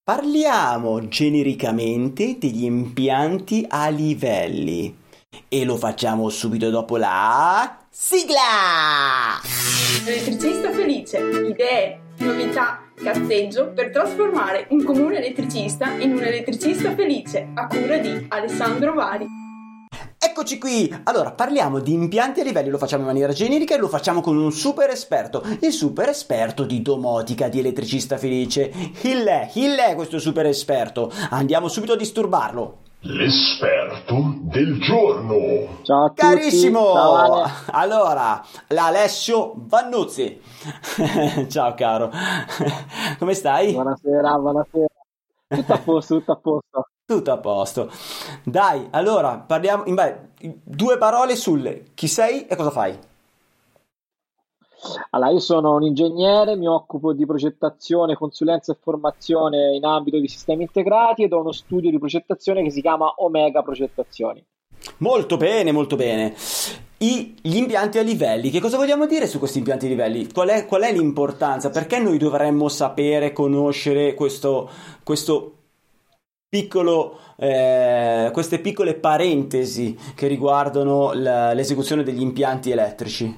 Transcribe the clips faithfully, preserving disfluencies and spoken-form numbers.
Parliamo genericamente degli impianti a livelli e lo facciamo subito dopo la sigla! Elettricista felice, idee, novità, cazzeggio per trasformare un comune elettricista in un elettricista felice, a cura di Alessandro Vari. Eccoci qui! Allora, parliamo di impianti a livelli, lo facciamo in maniera generica e lo facciamo con un super esperto, il super esperto di domotica, di elettricista felice. Il è, il è questo super esperto. Andiamo subito a disturbarlo. L'esperto del giorno. Ciao a tutti. Carissimo! Ciao, Ale. Allora, l'Alessio Vannuzzi. Ciao caro. Come stai? Buonasera, buonasera. Tutto a posto, tutto a posto. Tutto a posto. Dai, allora parliamo in beh, due parole sul chi sei e cosa fai. Allora, io sono un ingegnere, mi occupo di progettazione, consulenza e formazione in ambito di sistemi integrati ed ho uno studio di progettazione che si chiama Omega Progettazioni. Molto bene, molto bene. I, gli impianti a livelli, che cosa vogliamo dire su questi impianti a livelli? Qual è, qual è l'importanza? Perché noi dovremmo sapere, conoscere questo, questo piccolo, eh, queste piccole parentesi che riguardano la, l'esecuzione degli impianti elettrici?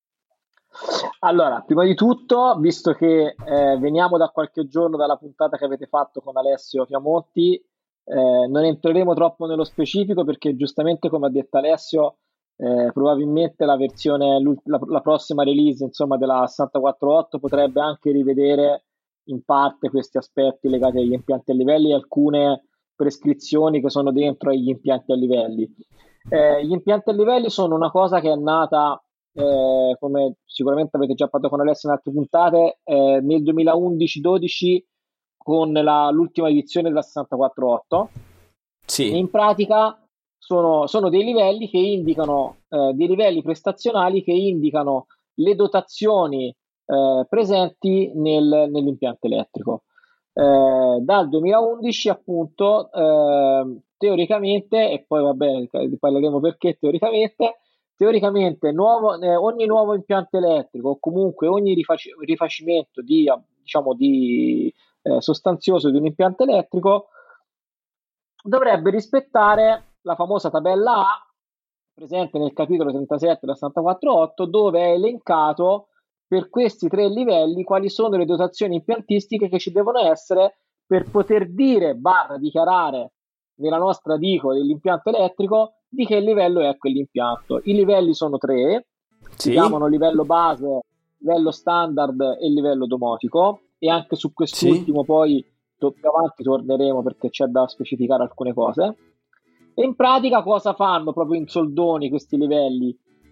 Allora, prima di tutto, visto che eh, veniamo da qualche giorno dalla puntata che avete fatto con Alessio Fiamonti, eh, non entreremo troppo nello specifico perché giustamente, come ha detto Alessio, eh, probabilmente la versione, la, la prossima release, insomma, della sessantaquattro otto potrebbe anche rivedere in parte questi aspetti legati agli impianti a livelli e alcune prescrizioni che sono dentro agli impianti a livelli. Eh, gli impianti a livelli sono una cosa che è nata, eh, come sicuramente avete già fatto con Alessio in altre puntate, eh, nel duemilaundici dodici con la, l'ultima edizione della sessantaquattro otto. Sì. In pratica sono, sono dei livelli che indicano, eh, dei livelli prestazionali che indicano le dotazioni Eh, presenti nel, nell'impianto elettrico. Eh, dal duemilaundici appunto eh, teoricamente, e poi vabbè parleremo perché teoricamente, teoricamente nuovo, eh, ogni nuovo impianto elettrico o comunque ogni rifac- rifacimento di, diciamo, di eh, sostanzioso di un impianto elettrico dovrebbe rispettare la famosa tabella A presente nel capitolo trentasette della sessantaquattro otto, dove è elencato per questi tre livelli quali sono le dotazioni impiantistiche che ci devono essere per poter dire barra dichiarare nella nostra dico dell'impianto elettrico di che livello è quell'impianto. I livelli sono tre, Sì. si chiamano livello base, livello standard e livello domotico, e anche su quest'ultimo Sì. poi più avanti torneremo perché c'è da specificare alcune cose. E in pratica cosa fanno proprio in soldoni questi livelli?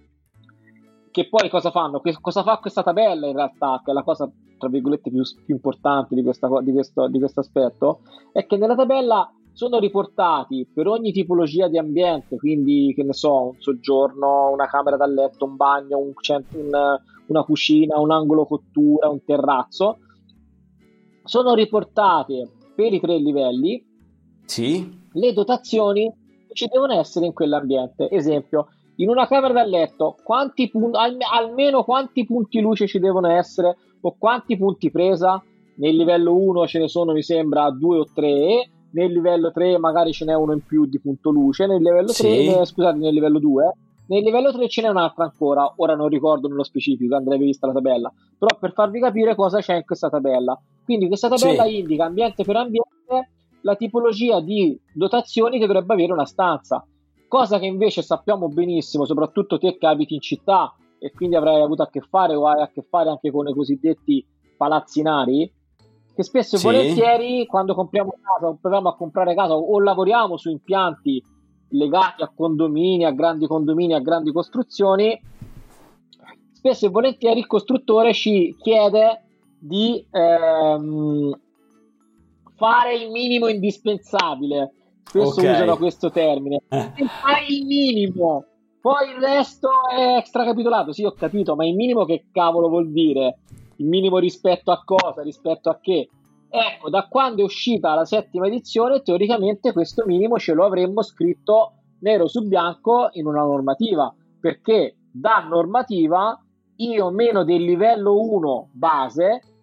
Che poi cosa fanno? Che cosa fa questa tabella in realtà, che è la cosa tra virgolette più, più importante di, questa, di, questo, di questo aspetto, è che nella tabella sono riportati per ogni tipologia di ambiente, quindi che ne so, un soggiorno, una camera da letto, un bagno, un, un, una cucina, un angolo cottura, un terrazzo, sono riportate per i tre livelli Sì. le dotazioni che ci devono essere in quell'ambiente. Esempio, in una camera da letto, quanti pun- al- almeno quanti punti luce ci devono essere o quanti punti presa? Nel livello uno ce ne sono, mi sembra, due o tre, nel livello tre magari ce n'è uno in più di punto luce, nel livello tre, Sì. eh, scusate, nel livello due, nel livello tre ce n'è un'altra ancora, ora non ricordo nello specifico, andrebbe vista la tabella, però per farvi capire cosa c'è in questa tabella. Quindi questa tabella Sì. indica ambiente per ambiente la tipologia di dotazioni che dovrebbe avere una stanza. Cosa che invece sappiamo benissimo, soprattutto te che abiti in città e quindi avrai avuto a che fare o hai a che fare anche con i cosiddetti palazzinari, che spesso e Sì. volentieri quando compriamo casa o proviamo a comprare casa o lavoriamo su impianti legati a condomini, a grandi condomini, a grandi costruzioni, spesso e volentieri il costruttore ci chiede di ehm, fare il minimo indispensabile. Spesso Ok. usano questo termine. Se fai il minimo, poi il resto è extracapitolato. Sì, ho capito, ma il minimo che cavolo vuol dire? Il minimo rispetto a cosa? Rispetto a che? Ecco, da quando è uscita la settima edizione, teoricamente questo minimo ce lo avremmo scritto nero su bianco in una normativa, perché da normativa io meno del livello uno base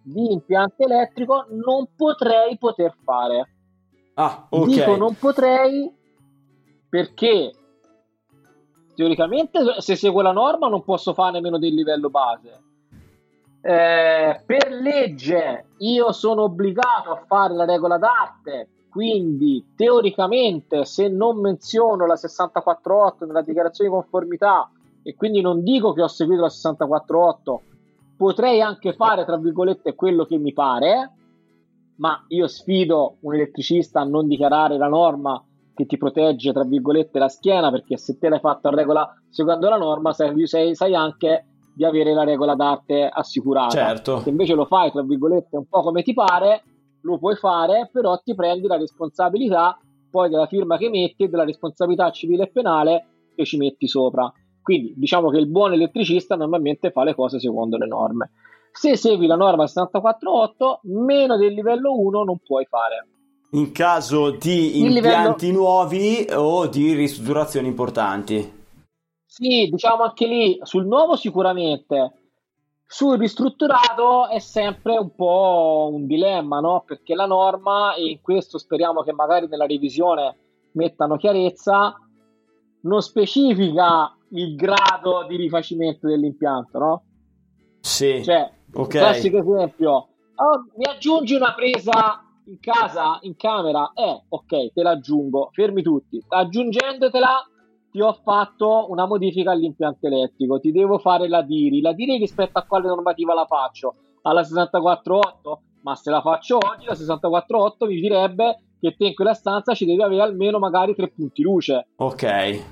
di impianto elettrico non potrei poter fare. Ah, ok. Dico non potrei perché teoricamente se seguo la norma non posso fare nemmeno del livello base. Eh, per legge io sono obbligato a fare la regola d'arte, quindi teoricamente se non menziono la sessantaquattro otto nella dichiarazione di conformità e quindi non dico che ho seguito la sessantaquattro otto, potrei anche fare tra virgolette quello che mi pare, ma io sfido un elettricista a non dichiarare la norma che ti protegge tra virgolette la schiena, perché se te l'hai fatto a regola seguendo la norma sai, sai, sai anche di avere la regola d'arte assicurata. Certo. Se invece lo fai tra virgolette un po' come ti pare, lo puoi fare, però ti prendi la responsabilità poi della firma che metti e della responsabilità civile e penale che ci metti sopra. Quindi diciamo che il buon elettricista normalmente fa le cose secondo le norme. Se segui la norma sessantaquattro otto, meno del livello uno non puoi fare. In caso di Il impianti livello... nuovi o di ristrutturazioni importanti. Sì, diciamo anche lì, sul nuovo sicuramente, sul ristrutturato è sempre un po' un dilemma, no? Perché la norma, e in questo speriamo che magari nella revisione mettano chiarezza, non specifica il grado di rifacimento dell'impianto, no? Sì, Cioè, ok. classico esempio, oh, mi aggiungi una presa in casa, in camera? Eh, ok, te l'aggiungo, fermi tutti, aggiungendotela ti ho fatto una modifica all'impianto elettrico, ti devo fare la D I R I. La D I R I rispetto a quale normativa la faccio? Alla sessantaquattro otto? Ma se la faccio oggi, la sessantaquattro otto mi direbbe che te in quella stanza ci devi avere almeno magari tre punti luce. Ok.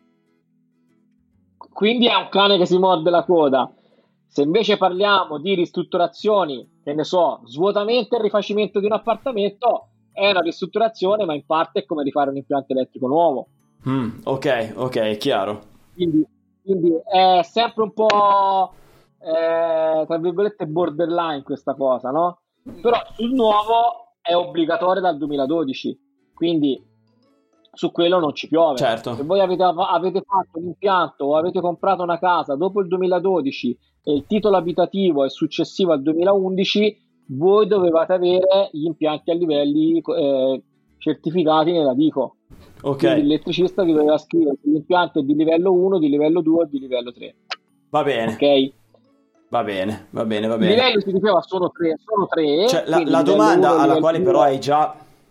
Quindi è un cane che si morde la coda. Se invece parliamo di ristrutturazioni, che ne so, svuotamento e rifacimento di un appartamento, è una ristrutturazione, ma in parte è come rifare un impianto elettrico nuovo. Mm, ok, ok, chiaro. Quindi, quindi è sempre un po' eh, tra virgolette borderline questa cosa, no? Però sul nuovo è obbligatorio dal duemiladodici, quindi su quello non ci piove. Certo. Se voi avete, avete fatto un impianto o avete comprato una casa dopo il duemiladodici e il titolo abitativo è successivo al duemilaundici, voi dovevate avere gli impianti a livelli eh, certificati nella Dico. Ok. Quindi l'elettricista vi doveva scrivere se l'impianto è di livello uno, di livello due o di livello tre. Va bene. Ok? Va bene, va bene, va I bene. livelli si diceva sono tre, sono tre. Cioè, la, la domanda uno, alla quale due. Però hai già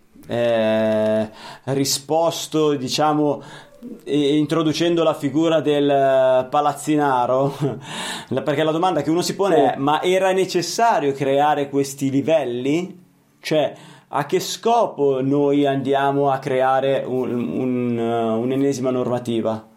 eh, risposto, diciamo, eh, introducendo la figura del palazzinaro, perché la domanda che uno si pone è: ma era necessario creare questi livelli? Cioè, a che scopo noi andiamo a creare un, un, uh, un'ennesima normativa?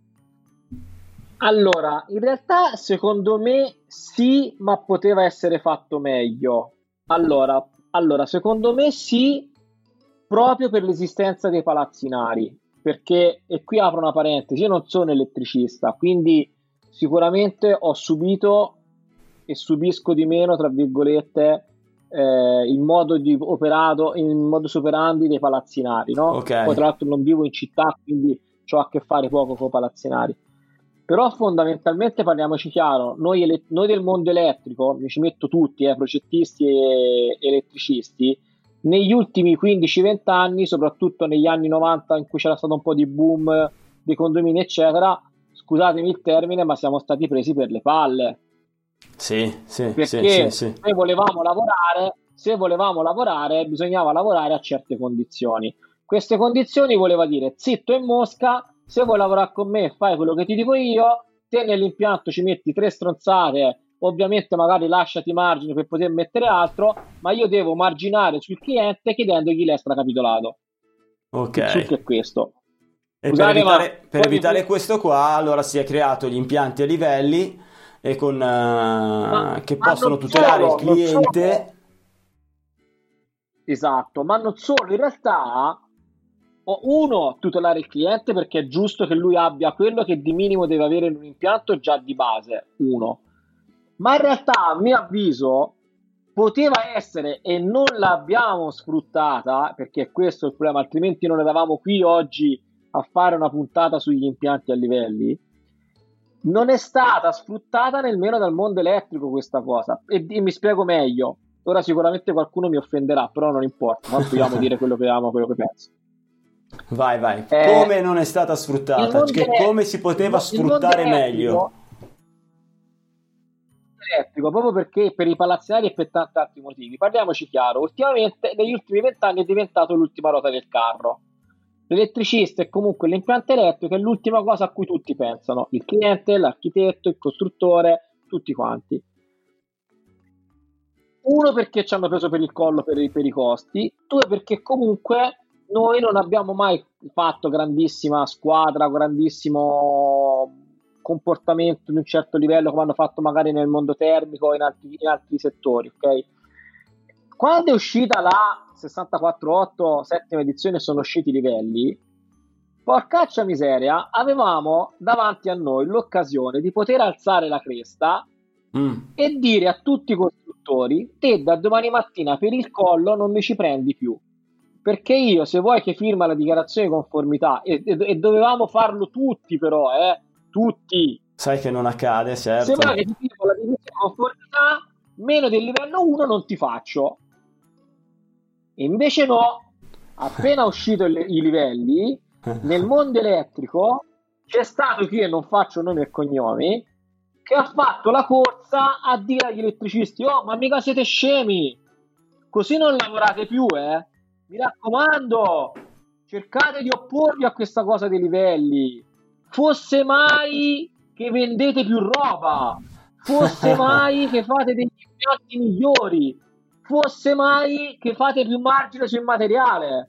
Allora, in realtà secondo me sì, ma poteva essere fatto meglio. Allora, allora secondo me sì, proprio per l'esistenza dei palazzinari, perché, e qui apro una parentesi, io non sono elettricista, quindi sicuramente ho subito e subisco di meno, tra virgolette, eh, il modo di operato, il modus operandi dei palazzinari, no? Okay. Poi tra l'altro non vivo in città, quindi ho a che fare poco con i palazzinari. Però fondamentalmente parliamoci chiaro, noi, ele- noi del mondo elettrico, mi ci metto tutti, eh, procettisti e elettricisti, negli ultimi quindici venti anni, soprattutto negli anni novanta in cui c'era stato un po' di boom dei condomini eccetera, scusatemi il termine, ma siamo stati presi per le palle. Sì, sì, perché sì, sì, sì. se volevamo lavorare, se volevamo lavorare bisognava lavorare a certe condizioni. Queste condizioni voleva dire zitto e mosca, se vuoi lavorare con me fai quello che ti dico io, te nell'impianto ci metti tre stronzate, ovviamente magari lasciati margine per poter mettere altro, ma io devo marginare sul cliente chiedendogli l'extracapitolato. Ok. Il succo è questo. E Scusate, per evitare, ma per evitare poi... questo qua, allora si è creato gli impianti a livelli e con uh, ma, che ma possono tutelare solo, il cliente. Solo... Esatto, ma non solo, in realtà uno, tutelare il cliente perché è giusto che lui abbia quello che di minimo deve avere in un impianto già di base, uno. Ma in realtà, a mio avviso, poteva essere, e non l'abbiamo sfruttata, perché questo è il problema, altrimenti non eravamo qui oggi a fare una puntata sugli impianti a livelli, non è stata sfruttata nemmeno dal mondo elettrico questa cosa. E, e mi spiego meglio. Ora sicuramente qualcuno mi offenderà, però non importa, ma vogliamo dire quello che amo, quello che penso. Vai, vai. Eh, come non è stata sfruttata? Che come si poteva sfruttare meglio? Elettrico, proprio perché per i palazzinari e per tanti altri motivi. Parliamoci chiaro, ultimamente, negli ultimi vent'anni è diventato l'ultima ruota del carro. L'elettricista e comunque l'impianto elettrico è l'ultima cosa a cui tutti pensano, il cliente, l'architetto, il costruttore, tutti quanti. Uno, perché ci hanno preso per il collo per i, per i costi, due, perché comunque noi non abbiamo mai fatto grandissima squadra, grandissimo comportamento di un certo livello come hanno fatto magari nel mondo termico e in altri, in altri settori, ok? Quando è uscita la sessantaquattro otto settima edizione, sono usciti i livelli, porcaccia miseria, avevamo davanti a noi l'occasione di poter alzare la cresta mm. e dire a tutti i costruttori: te da domani mattina per il collo non mi ci prendi più, perché io, se vuoi che firma la dichiarazione di conformità, e, e, e dovevamo farlo tutti però, eh, tutti. Sai che non accade, certo. Se vuoi che ti firmo la dichiarazione di conformità, meno del livello uno non ti faccio. E invece no, appena uscito il, i livelli, nel mondo elettrico c'è stato chi, e non faccio nomi e cognomi, che ha fatto la corsa a dire agli elettricisti: oh, ma mica siete scemi, così non lavorate più, eh? Mi raccomando, cercate di opporvi a questa cosa dei livelli. Fosse mai che vendete più roba, fosse mai che fate degli impianti migliori, fosse mai che fate più margine sul materiale.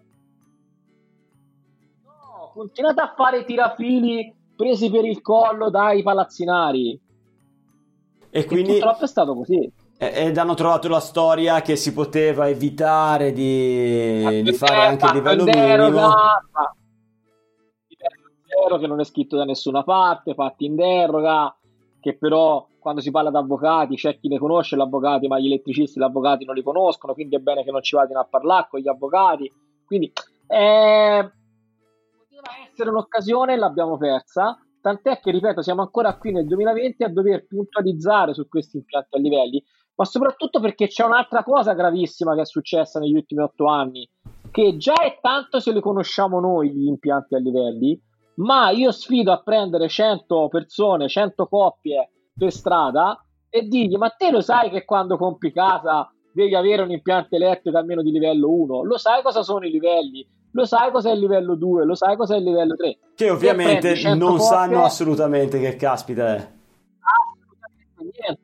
No, continuate a fare tirafili presi per il collo dai palazzinari. E quindi purtroppo è stato così. Ed hanno trovato la storia che si poteva evitare di, di fare anche a livello minimo. Zero, che non è scritto da nessuna parte, fatti in deroga, che però quando si parla di avvocati c'è chi ne conosce gli avvocati, ma gli elettricisti gli avvocati non li conoscono, quindi è bene che non ci vadino a parlare con gli avvocati. Quindi eh, poteva essere un'occasione e l'abbiamo persa, tant'è che, ripeto, siamo ancora qui nel duemilaventi a dover puntualizzare su questi impianti a livelli, ma soprattutto perché c'è un'altra cosa gravissima che è successa negli ultimi otto anni, che già è tanto se li conosciamo noi gli impianti a livelli, ma io sfido a prendere cento persone, cento coppie per strada e dirgli: ma te lo sai che quando compri casa devi avere un impianto elettrico almeno di livello uno? Lo sai cosa sono i livelli? Lo sai cos'è il livello due? Lo sai cos'è il livello tre? Che ovviamente non sanno assolutamente che caspita è. Assolutamente niente.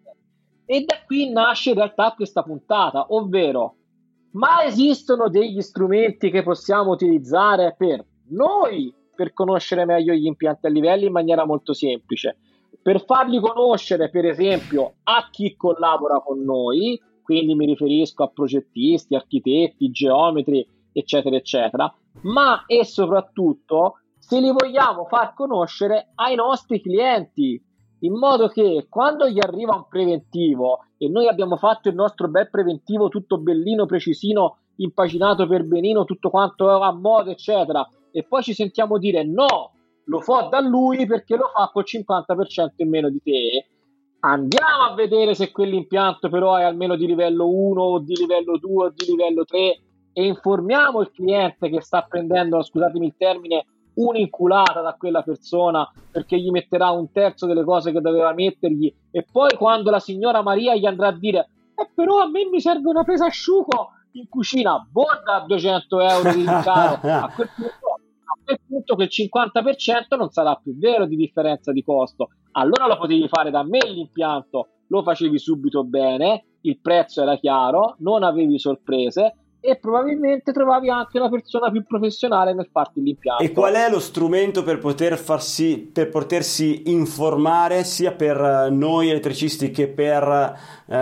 E da qui nasce in realtà questa puntata, ovvero: ma esistono degli strumenti che possiamo utilizzare per noi per conoscere meglio gli impianti a livelli in maniera molto semplice, per farli conoscere per esempio a chi collabora con noi, quindi mi riferisco a progettisti, architetti, geometri, eccetera eccetera, ma e soprattutto se li vogliamo far conoscere ai nostri clienti, in modo che quando gli arriva un preventivo e noi abbiamo fatto il nostro bel preventivo tutto bellino, precisino, impaginato per benino, tutto quanto a modo eccetera, e poi ci sentiamo dire: no, lo fa da lui perché lo fa col cinquanta per cento in meno di te, andiamo a vedere se quell'impianto però è almeno di livello uno o di livello due o di livello tre e informiamo il cliente che sta prendendo, scusatemi il termine, un'inculata da quella persona perché gli metterà un terzo delle cose che doveva mettergli, e poi quando la signora Maria gli andrà a dire: eh però a me mi serve una presa asciugo in cucina, borda a duecento euro di ricavo, a quel punto a quel punto quel cinquanta per cento non sarà più vero di differenza di costo. Allora lo potevi fare da me l'impianto, lo facevi subito bene, il prezzo era chiaro, non avevi sorprese e probabilmente trovavi anche una persona più professionale nel farti l'impianto. E qual è lo strumento per poter farsi, per potersi informare sia per noi elettricisti che per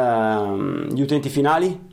ehm, gli utenti finali?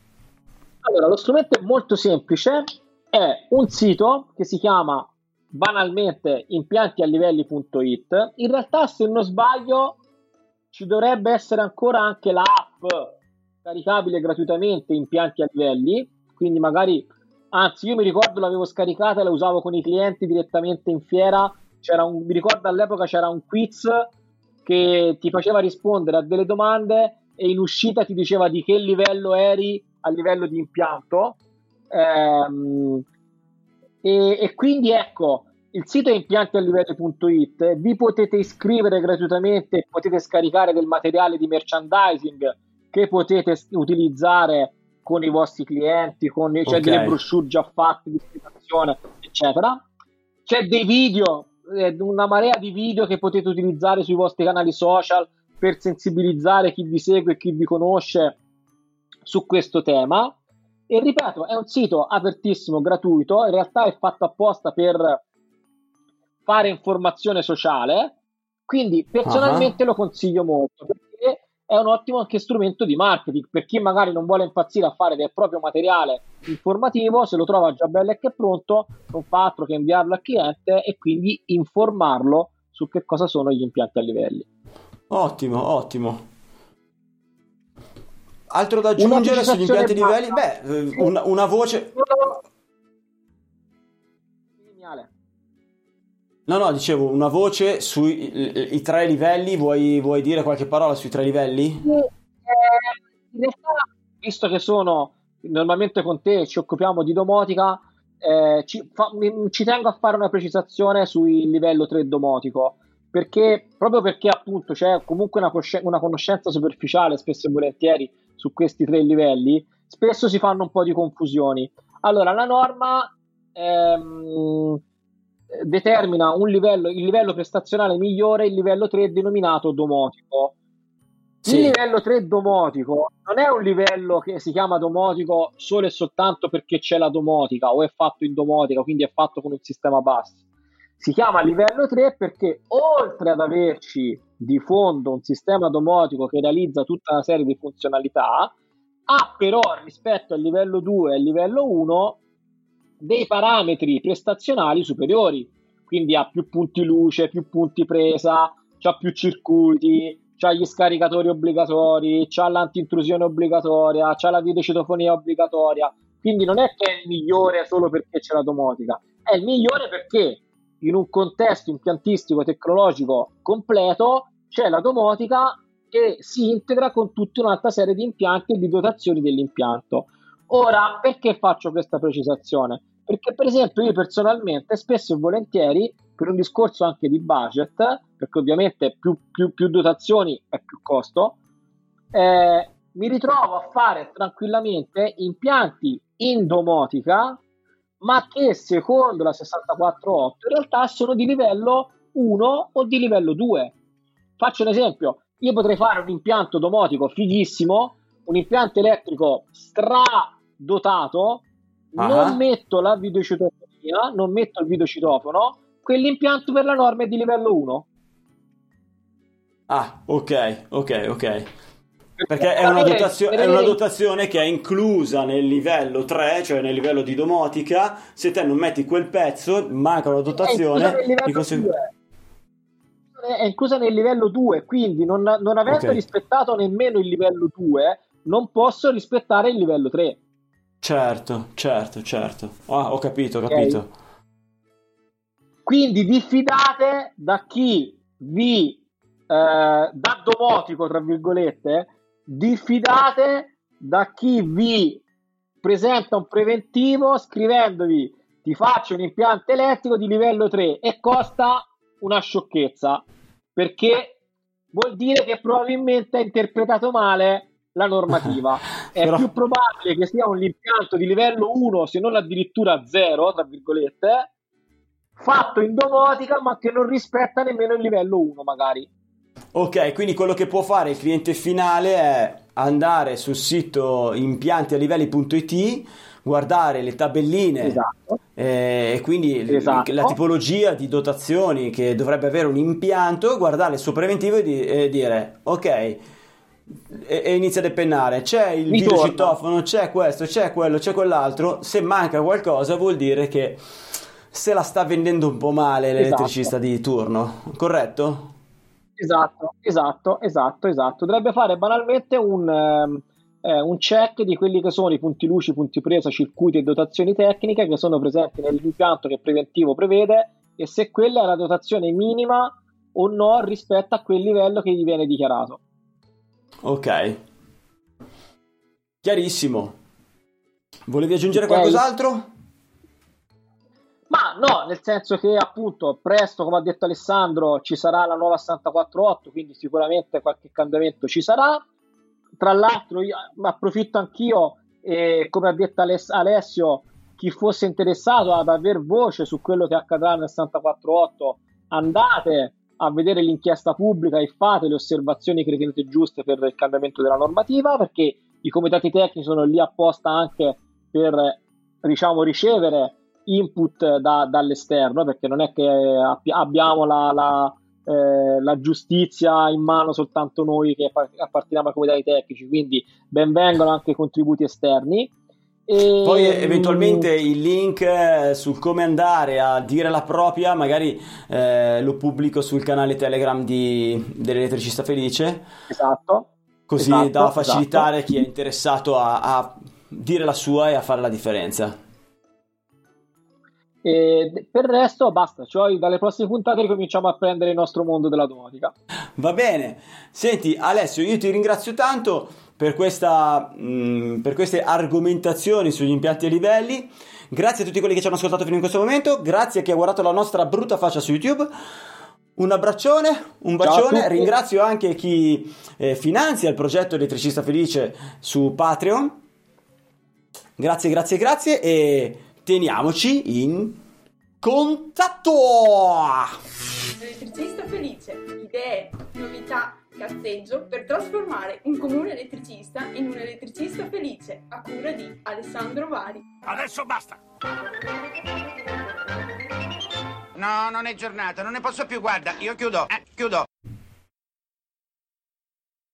Allora, lo strumento è molto semplice, è un sito che si chiama banalmente impiantialivelli punto it. In realtà, se non sbaglio, ci dovrebbe essere ancora anche l'app caricabile gratuitamente, impianti a livelli, quindi magari, anzi io mi ricordo l'avevo scaricata e la usavo con i clienti direttamente in fiera. C'era un, mi ricordo all'epoca c'era un quiz che ti faceva rispondere a delle domande e in uscita ti diceva di che livello eri a livello di impianto. Ehm, e, e quindi ecco, il sito è impianti a livelli punto it, vi potete iscrivere gratuitamente, potete scaricare del materiale di merchandising che potete utilizzare con i vostri clienti, con cioè okay. delle brochure già fatte di spiegazione, eccetera. C'è dei video, eh, una marea di video che potete utilizzare sui vostri canali social per sensibilizzare chi vi segue e chi vi conosce su questo tema. E ripeto, è un sito apertissimo, gratuito, in realtà è fatto apposta per fare informazione sociale, quindi personalmente uh-huh. lo consiglio molto, perché è un ottimo anche strumento di marketing per chi magari non vuole impazzire a fare del proprio materiale informativo, se lo trova già bello e che è pronto, non fa altro che inviarlo al cliente e quindi informarlo su che cosa sono gli impianti a livelli. Ottimo, ottimo. Altro da aggiungere sugli impianti a livelli? Beh, una, una voce... Geniale. No, no, dicevo, una voce sui i, i tre livelli, vuoi, vuoi dire qualche parola sui tre livelli? Eh, in realtà, visto che sono normalmente con te ci occupiamo di domotica, eh, ci, fa, ci tengo a fare una precisazione sul livello tre domotico, perché proprio perché appunto c'è comunque una, cosci- una conoscenza superficiale spesso e volentieri su questi tre livelli, spesso si fanno un po' di confusioni. Allora, la norma ehm, determina un livello, il livello prestazionale migliore, il livello tre denominato domotico. Sì. Il livello tre domotico non è un livello che si chiama domotico solo e soltanto perché c'è la domotica o è fatto in domotica, quindi è fatto con un sistema bus. Si chiama livello tre perché oltre ad averci di fondo un sistema domotico che realizza tutta una serie di funzionalità, ha però rispetto al livello due e al livello uno dei parametri prestazionali superiori, quindi ha più punti luce, più punti presa, c'ha più circuiti, c'ha gli scaricatori obbligatori, c'ha l'antintrusione obbligatoria, c'ha la videocitofonia obbligatoria, quindi non è che è il migliore solo perché c'è la domotica, è il migliore perché in un contesto impiantistico tecnologico completo c'è la domotica che si integra con tutta un'altra serie di impianti e di dotazioni dell'impianto. Ora, perché faccio questa precisazione? Perché per esempio io personalmente spesso e volentieri, per un discorso anche di budget, perché ovviamente più, più, più dotazioni è più costo, eh, mi ritrovo a fare tranquillamente impianti in domotica, ma che secondo la sessantaquattro otto in realtà sono di livello uno o di livello due. Faccio un esempio, io potrei fare un impianto domotico fighissimo, un impianto elettrico stradotato, uh-huh. non metto la videocitofonia, non metto il videocitofono, quell'impianto per la norma è di livello uno. Ah, ok, ok, ok. Perché è una, dotazio- è una dotazione che è inclusa nel livello tre, cioè nel livello di domotica. Se te non metti quel pezzo, manca una dotazione. Di consegu- è inclusa nel livello due, quindi non, non avendo okay. rispettato nemmeno il livello due, non posso rispettare il livello tre. Certo, certo, certo. Ah, ho capito, ho capito. Okay. Quindi diffidate da chi vi eh, da domotico, tra virgolette, diffidate da chi vi presenta un preventivo scrivendovi ti faccio un impianto elettrico di livello tre e costa una sciocchezza, perché vuol dire che probabilmente ha interpretato male la normativa. È Però... più probabile che sia un impianto di livello uno, se non addirittura zero, tra virgolette, fatto in domotica ma che non rispetta nemmeno il livello uno magari. Ok, quindi quello che può fare il cliente finale è andare sul sito impianti a livelli punto it, guardare le tabelline, esatto. eh, e quindi esatto. la tipologia di dotazioni che dovrebbe avere un impianto, guardare il suo preventivo e, di- e dire ok, e, e inizia a depennare, c'è il Mi videocitofono, torna. c'è questo, c'è quello, c'è quell'altro. Se manca qualcosa vuol dire che se la sta vendendo un po' male l'elettricista esatto. di turno, corretto? Esatto, esatto, esatto, esatto. Dovrebbe fare banalmente un, eh, un check di quelli che sono i punti luci, punti presa, circuiti e dotazioni tecniche che sono presenti nell'impianto che preventivo prevede e se quella è la dotazione minima o no rispetto a quel livello che gli viene dichiarato. Ok, chiarissimo. Volevi aggiungere Okay. qualcos'altro? Ma no, nel senso che appunto presto, come ha detto Alessandro, ci sarà la nuova sessantaquattro otto, quindi sicuramente qualche cambiamento ci sarà. Tra l'altro io approfitto anch'io, e come ha detto Aless- Alessio, chi fosse interessato ad aver voce su quello che accadrà nel sessantaquattro otto, andate a vedere l'inchiesta pubblica e fate le osservazioni che ritenete giuste per il cambiamento della normativa, perché i comitati tecnici sono lì apposta anche per, diciamo, ricevere input da- dall'esterno, perché non è che abbi- abbiamo la, la, eh, la giustizia in mano soltanto noi che appa- apparteniamo ai comitati tecnici, quindi ben vengano anche i contributi esterni. E, Poi eventualmente il link eh, sul come andare a dire la propria, magari eh, lo pubblico sul canale Telegram di, dell'Elettricista Felice, esatto, così esatto, da facilitare esatto. chi è interessato a, a dire la sua e a fare la differenza. E per il resto basta, cioè dalle prossime puntate ricominciamo a prendere il nostro mondo della domotica. Va bene, senti Alessio, io ti ringrazio tanto per questa mh, per queste argomentazioni sugli impianti a livelli. Grazie a tutti quelli che ci hanno ascoltato fino in questo momento, grazie a chi ha guardato la nostra brutta faccia su YouTube. Un abbraccione, un Ciao a bacione, tutti. ringrazio anche chi eh, finanzia il progetto Elettricista Felice su Patreon. Grazie, grazie, grazie e teniamoci in contatto! Elettricista Felice, idee, novità, cazzeggio per trasformare un comune elettricista in un elettricista felice, a cura di Alessandro Vari. Adesso basta! No, non è giornata, non ne posso più, guarda, io chiudo, eh, chiudo.